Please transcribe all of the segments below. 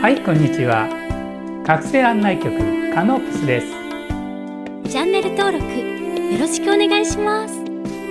はい、こんにちは。学生案内局カノプスです。 チャンネル登録よろしくお願いします。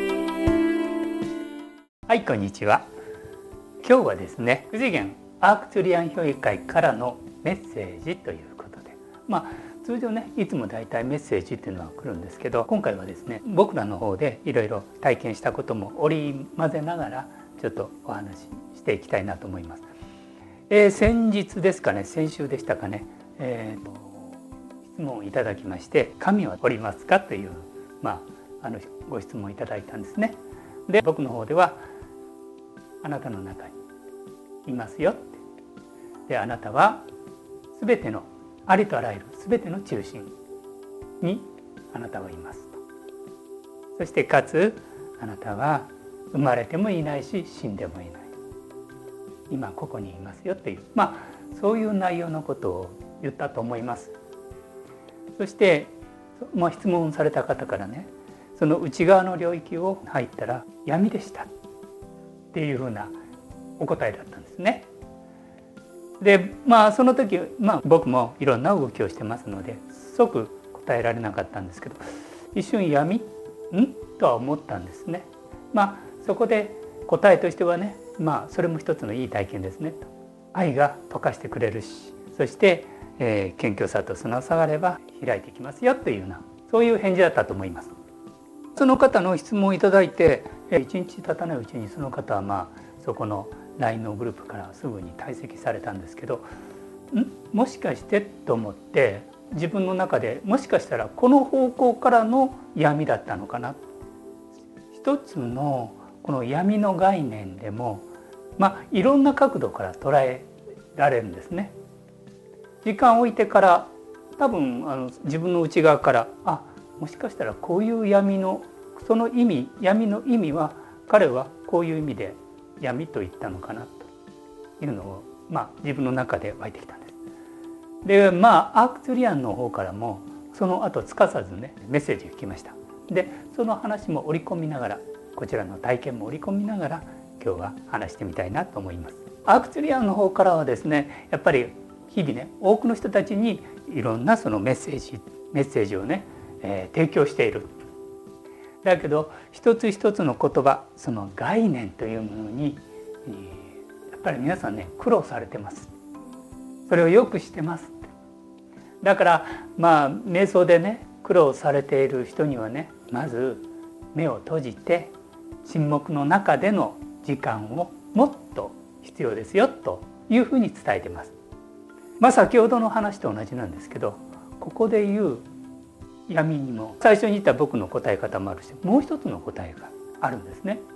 はい、こんにちは。今日はですね、9次元アークトゥリアン評議会からのメッセージということで、通常ね、いつもだいたいメッセージっていうのは来るんですけど、今回はですね、僕らの方でいろいろ体験したことも織り交ぜながらちょっとお話ししていきたいなと思います。先日ですかね、先週でしたかね、質問をいただきまして、神はおりますかという、ご質問をいただいたんですね。で、僕の方ではあなたの中にいますよって。で、あなたはすべてのありとあらゆるすべての中心にあなたはいますと。そしてかつあなたは生まれてもいないし死んでもいない。今ここにいますよという、そういう内容のことを言ったと思います。そして、質問された方からね、その内側の領域を入ったら闇でしたっていうふうなお答えだったんですね。で、その時、僕もいろんな動きをしてますので即答えられなかったんですけど、一瞬闇とは思ったんですね。そこで答えとしてはね、それも一つのいい体験ですねと。愛が溶かしてくれるし、そして、謙虚さと素直さがあれば開いていきますよというような、そういう返事だったと思います。その方の質問をいただいて1日経たないうちにその方はそこの LINE のグループからすぐに退席されたんですけど、もしかしてと思って自分の中で、もしかしたらこの方向からの闇だったのかな。一つのこの闇の概念でもいろんな角度から捉えられるんですね。時間を置いてから多分自分の内側からもしかしたらこういう闇のその意味、闇の意味は彼はこういう意味で闇と言ったのかなというのを自分の中で湧いてきたんです。でアークトゥリアンの方からもその後つかさずねメッセージが来ました。でその話も織り込みながら、こちらの体験も織り込みながら今日は話してみたいなと思います。アークトゥリアンの方からはですね、やっぱり日々ね、多くの人たちにいろんなそのメッセージをね、提供している。だけど一つ一つの言葉、その概念というものにやっぱり皆さんね苦労されてます。それをよく知ってます。だから瞑想でね苦労されている人にはね、まず目を閉じて沈黙の中での時間をもっと必要ですよというふうに伝えてます。先ほどの話と同じなんですけど、ここで言う闇にも最初に言った僕の答え方もあるし、もう一つの答えがあるんですね。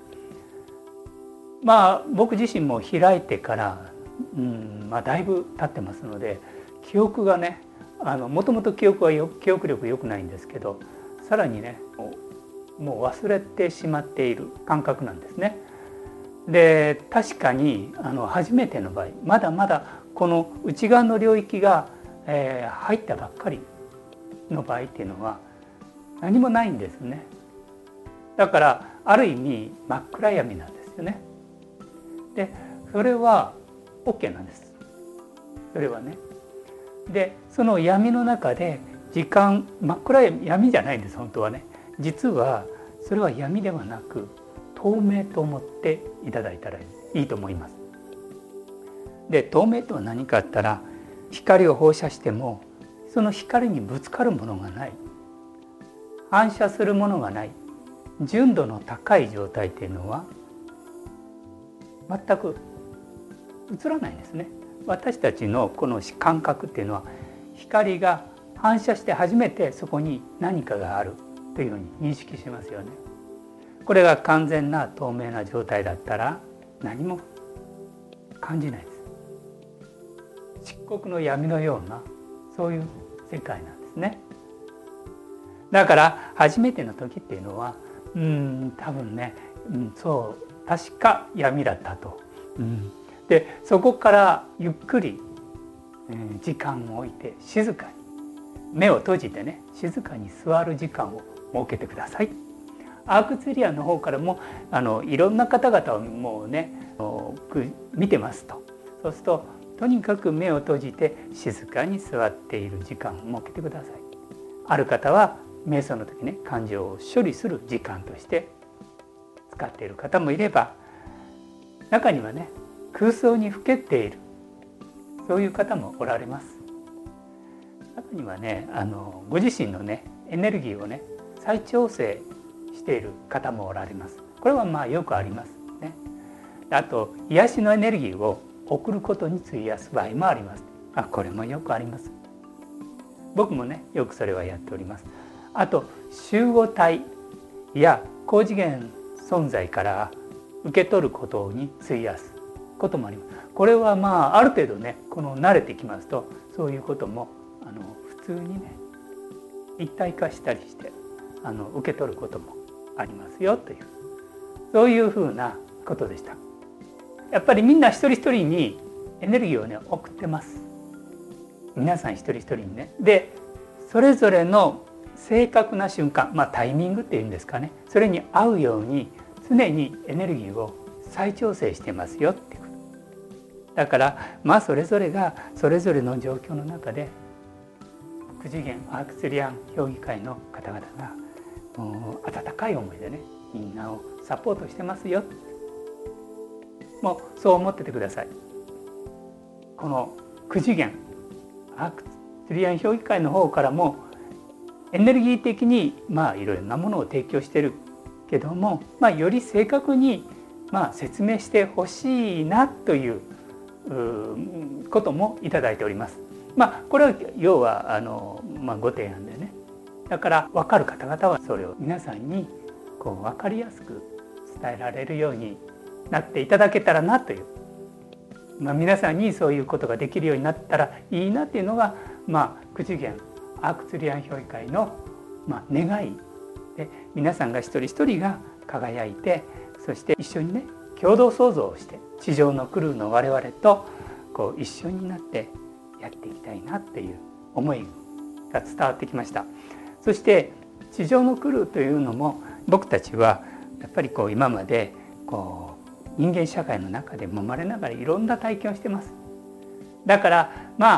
僕自身も開いてからだいぶ経ってますので、記憶がねもともと記憶力良くないんですけど、さらにねもう忘れてしまっている感覚なんですね。で確かに初めての場合、まだまだこの内側の領域が、入ったばっかりの場合っていうのは何もないんですね。だからある意味真っ暗闇なんですよね。でそれは OK なんです。それはね。でその闇の中で時間、真っ暗闇じゃないんです。本当はね、実はそれは闇ではなく透明と思っていただいたらいいと思います。で透明とは何かあったら、光を放射してもその光にぶつかるものがない、反射するものがない純度の高い状態というのは全く映らないんですね。私たちのこの感覚っていうのは、光が反射して初めてそこに何かがあるというように認識しますよね。これが完全な透明な状態だったら何も感じないです。漆黒の闇のようなそういう世界なんですね。だから初めての時っていうのは多分ね、そう確か闇だったと。でそこからゆっくり、時間を置いて静かに目を閉じてね、静かに座る時間を設けてください。アークトゥリアンの方からもいろんな方々をもうね見てますと。そうするととにかく目を閉じて静かに座っている時間を設けてください。ある方は瞑想の時ね、感情を処理する時間として使っている方もいれば、中にはね、空想にふけっている、そういう方もおられます。中にはね、ご自身のねエネルギーをね再調整している方もおられます。これはよくありますね。あと癒しのエネルギーを送ることに費やす場合もあります。これもよくあります。僕もねよくそれはやっております。あと集合体や高次元存在から受け取ることに費やすこともあります。これはある程度ね慣れてきますと、そういうことも普通にね一体化したりして受け取ることもありますよという、そういうふうなことでした。やっぱりみんな一人一人にエネルギーをね送ってます。皆さん一人一人にね。でそれぞれの正確な瞬間、タイミングっていうんですかね、それに合うように常にエネルギーを再調整してますよっていうこと。だからそれぞれがそれぞれの状況の中で9次元アークツリアン評議会の方々が温かい思いでねみんなをサポートしてますよ。もうそう思っててください。この9次元アークツリアン評議会の方からもエネルギー的にいろんなものを提供してるけども、より正確に説明してほしいなということもいただいております。これは要はご提案でね、だから分かる方々はそれを皆さんに分かりやすく伝えられるようになっていただけたらなという、皆さんにそういうことができるようになったらいいなっていうのが9次元アークツリアン評議会の願いで、皆さんが一人一人が輝いて、そして一緒にね共同創造をして地上のクルーの我々と一緒になってやっていきたいなっていう思いが伝わってきました。そして地上のクルーというのも僕たちはやっぱり今まで人間社会の中で揉まれながらいろんな体験をしてます。だから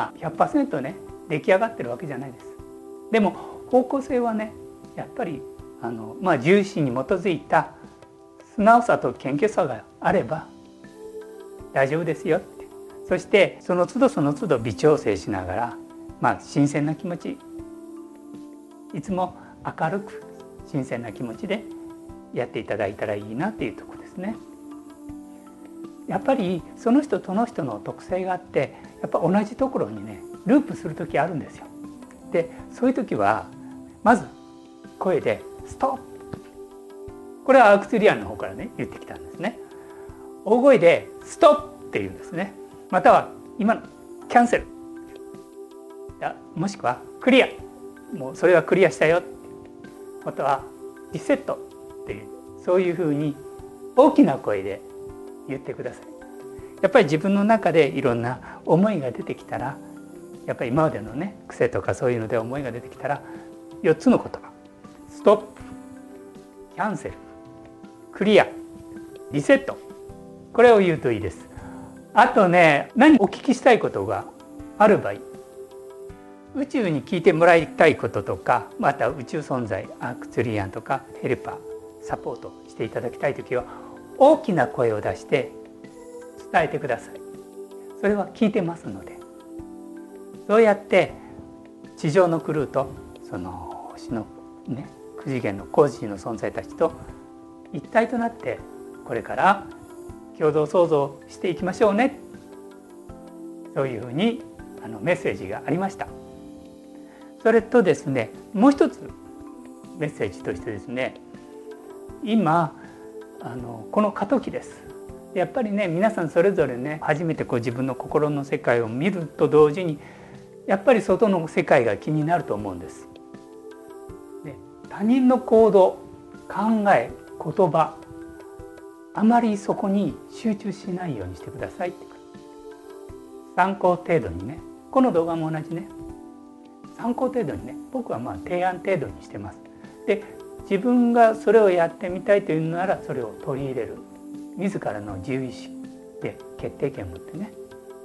100% ね出来上がってるわけじゃないです。でも方向性はねやっぱり自由意志に基づいた素直さと謙虚さがあれば大丈夫ですよって。そしてその都度その都度微調整しながら、新鮮な気持ち、いつも明るく新鮮な気持ちでやっていただいたらいいなっていうところですね。やっぱりその人との人の特性があって、やっぱ同じところにねループする時あるんですよ。でそういう時はまず声でストップ、これはアークツリアンの方からね言ってきたんですね。大声でストップって言うんですね。または今のキャンセル、もしくはクリア、もうそれはクリアしたよ、またはリセットっていう、そういうふうに大きな声で言ってください。やっぱり自分の中でいろんな思いが出てきたら、やっぱり今までのね癖とかそういうので思いが出てきたら4つの言葉、ストップ、キャンセル、クリア、リセット、これを言うといいです。あとね、何お聞きしたいことがある場合、宇宙に聞いてもらいたいこととか、また宇宙存在アークツリアンとかヘルパーサポートしていただきたいときは大きな声を出して伝えてください。それは聞いてますので、そうやって地上のクルーとその星のね9次元の高次の存在たちと一体となってこれから共同創造していきましょうね、そういうふうにメッセージがありました。それとですね、もう一つメッセージとしてですね、今この過渡期です。やっぱりね皆さんそれぞれね初めて自分の心の世界を見ると同時にやっぱり外の世界が気になると思うんです。で他人の行動、考え、言葉、あまりそこに集中しないようにしてくださいって。参考程度にね、この動画も同じね、参考程度にね、僕は提案程度にしてます。で自分がそれをやってみたいというのならそれを取り入れる、自らの自由意志で決定権を持ってね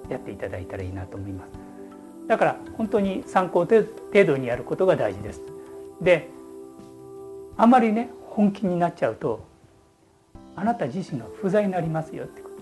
やっていただいたらいいなと思います。だから本当に参考程度にやることが大事です。で、あまりね本気になっちゃうとあなた自身が不在になりますよってこと。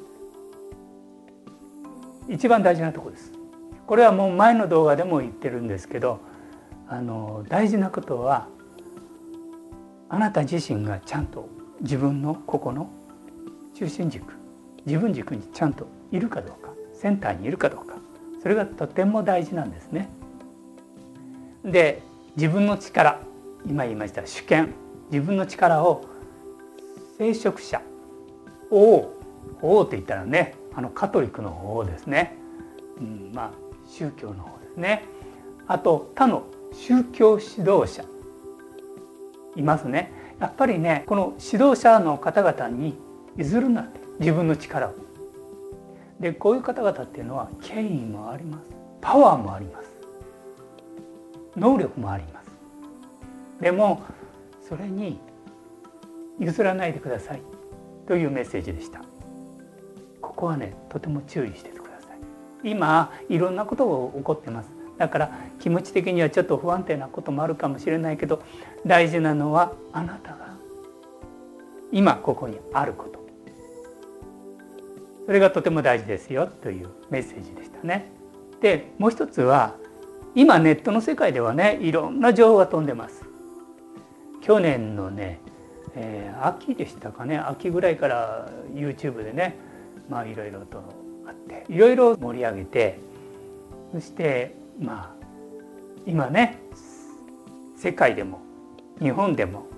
一番大事なところです。これはもう前の動画でも言ってるんですけど、大事なことはあなた自身がちゃんと自分のここの中心軸、自分軸にちゃんといるかどうか、センターにいるかどうか、それがとても大事なんですね。で、自分の力、今言いました主権、自分の力を聖職者、王と言ったらね、カトリックの王ですね、宗教の方ですね。あと他の宗教指導者いますね。やっぱりね、この指導者の方々に譲るなって、自分の力を。で、こういう方々っていうのは権威もあります、パワーもあります、能力もあります。でもそれに譲らないでくださいというメッセージでした。ここはね、とても注意してください。今いろんなことが起こってます。だから気持ち的にはちょっと不安定なこともあるかもしれないけど、大事なのはあなたが今ここにあること、それがとても大事ですよというメッセージでしたね。で、もう一つは今ネットの世界ではね、いろんな情報が飛んでます。去年のね、秋でしたかね、秋ぐらいから YouTube でね、いろいろとあっていろいろ盛り上げて、そして今ね、世界でも日本でも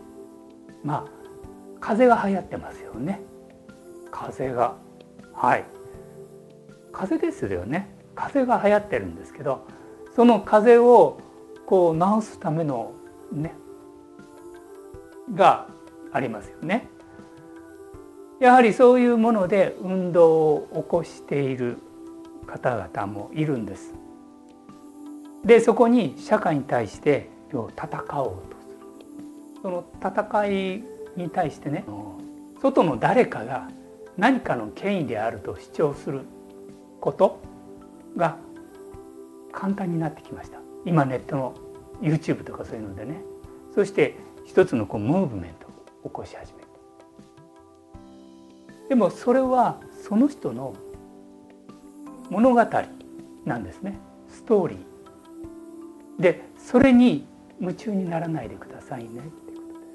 風邪が流行ってますよね。風邪が、風邪ですよね。風邪が流行ってるんですけど、その風邪をこう治すためのねがありますよね。やはりそういうもので運動を起こしている方々もいるんです。で、そこに社会に対して戦おうとする。その戦いに対してね、外の誰かが何かの権威であると主張することが簡単になってきました。今ネットの YouTube とかそういうのでね。そして一つのムーブメントを起こし始める。でもそれはその人の物語なんですね。ストーリーで、それに夢中にならないでくださいねってことです。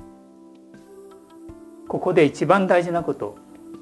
ここで一番大事なこと、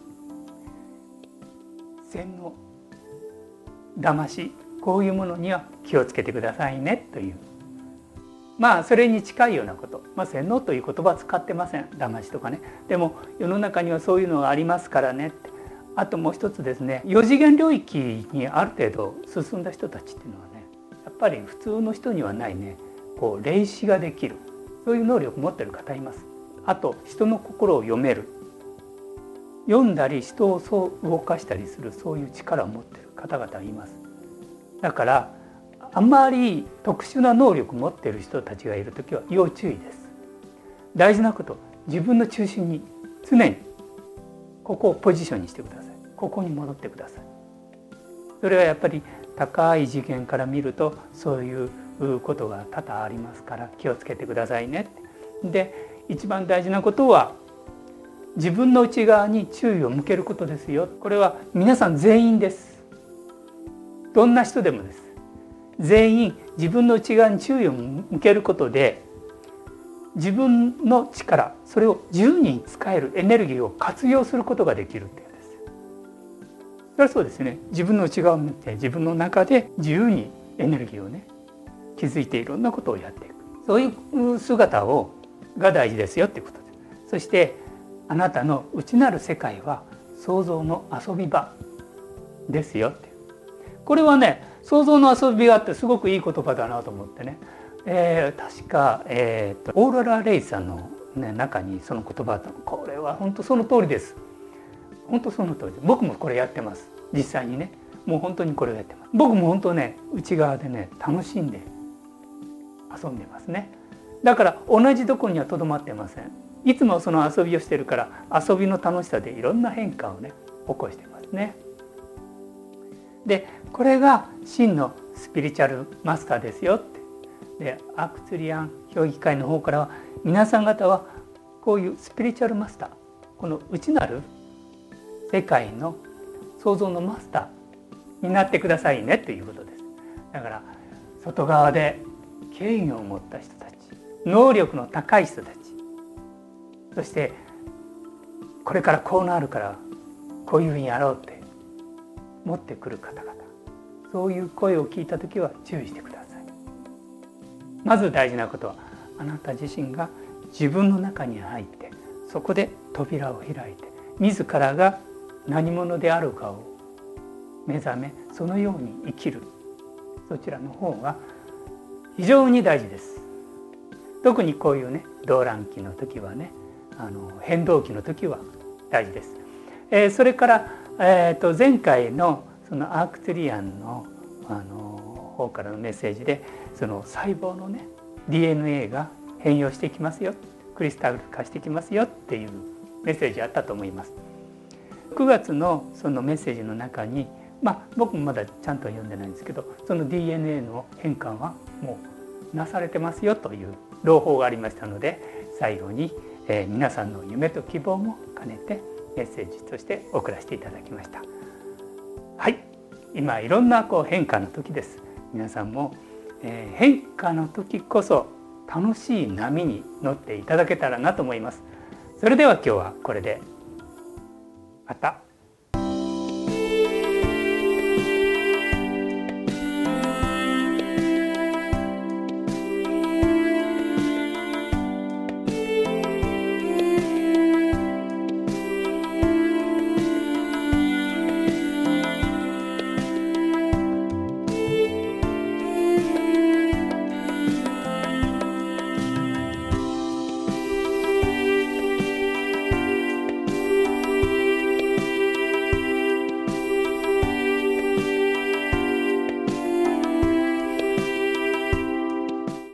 洗脳、騙し、こういうものには気をつけてくださいねという、それに近いようなこと、洗脳という言葉は使ってません、騙しとかね。でも世の中にはそういうのがありますからねって。あともう一つですね、4次元領域にある程度進んだ人たちっていうのはね、やっぱり普通の人にはないね、霊視ができる、そういう能力を持っている方います。あと人の心を読める、読んだり人をそう動かしたりする、そういう力を持っている方々います。だからあまり特殊な能力を持っている人たちがいるときは要注意です。大事なこと、自分の中心に常にここをポジションにしてください。ここに戻ってください。それはやっぱり高い次元から見るとそういうことが多々ありますから気をつけてくださいね。で、一番大事なことは自分の内側に注意を向けることですよ。これは皆さん全員です。どんな人でもです。全員自分の内側に注意を向けることで、自分の力、それを自由に使えるエネルギーを活用することができるっていうんです。それはそうですね。自分の内側を見て、自分の中で自由にエネルギーをね、築いていろんなことをやっていく、そういう姿が大事ですよっていうことです。そしてあなたの内なる世界は創造の遊び場ですよって。これはね、創造の遊び場ってすごくいい言葉だなと思ってね、確か、オーロラ・レイさんの、中にその言葉あったの。これは本当その通りです。本当その通りです。僕もこれやってます。実際にね、もう本当にこれをやってます。僕も本当ね、内側でね、楽しんで遊んでますね。だから同じところにはとどまってません。いつもその遊びをしてるから、遊びの楽しさでいろんな変化をね、起こしてますね。 でこれが真のスピリチュアルマスターですよって。でアクツリアン評議会の方からは、皆さん方はこういうスピリチュアルマスター、この内なる世界の創造のマスターになってくださいねということです。だから外側で権威を持った人たち、能力の高い人たち、そしてこれからこうなるからこういうふうにやろうって持ってくる方々、そういう声を聞いたときは注意してください。まず大事なことは、あなた自身が自分の中に入って、そこで扉を開いて、自らが何者であるかを目覚め、そのように生きる、そちらの方が非常に大事です。特にこういうね、動乱期の時はね、変動期の時は大事です。それから、前回のそのアークトゥリアンの方からのメッセージで、その細胞のね DNA が変容していきますよ、クリスタル化していきますよっていうメッセージあったと思います。9月のそのメッセージの中に、僕もまだちゃんとは読んでないんですけど、その DNA の変換はもうなされてますよという朗報がありましたので、最後に、皆さんの夢と希望も兼ねてメッセージとして送らせていただきました。はい、今いろんな変化の時です。皆さんも、変化の時こそ楽しい波に乗っていただけたらなと思います。それでは今日はこれで。また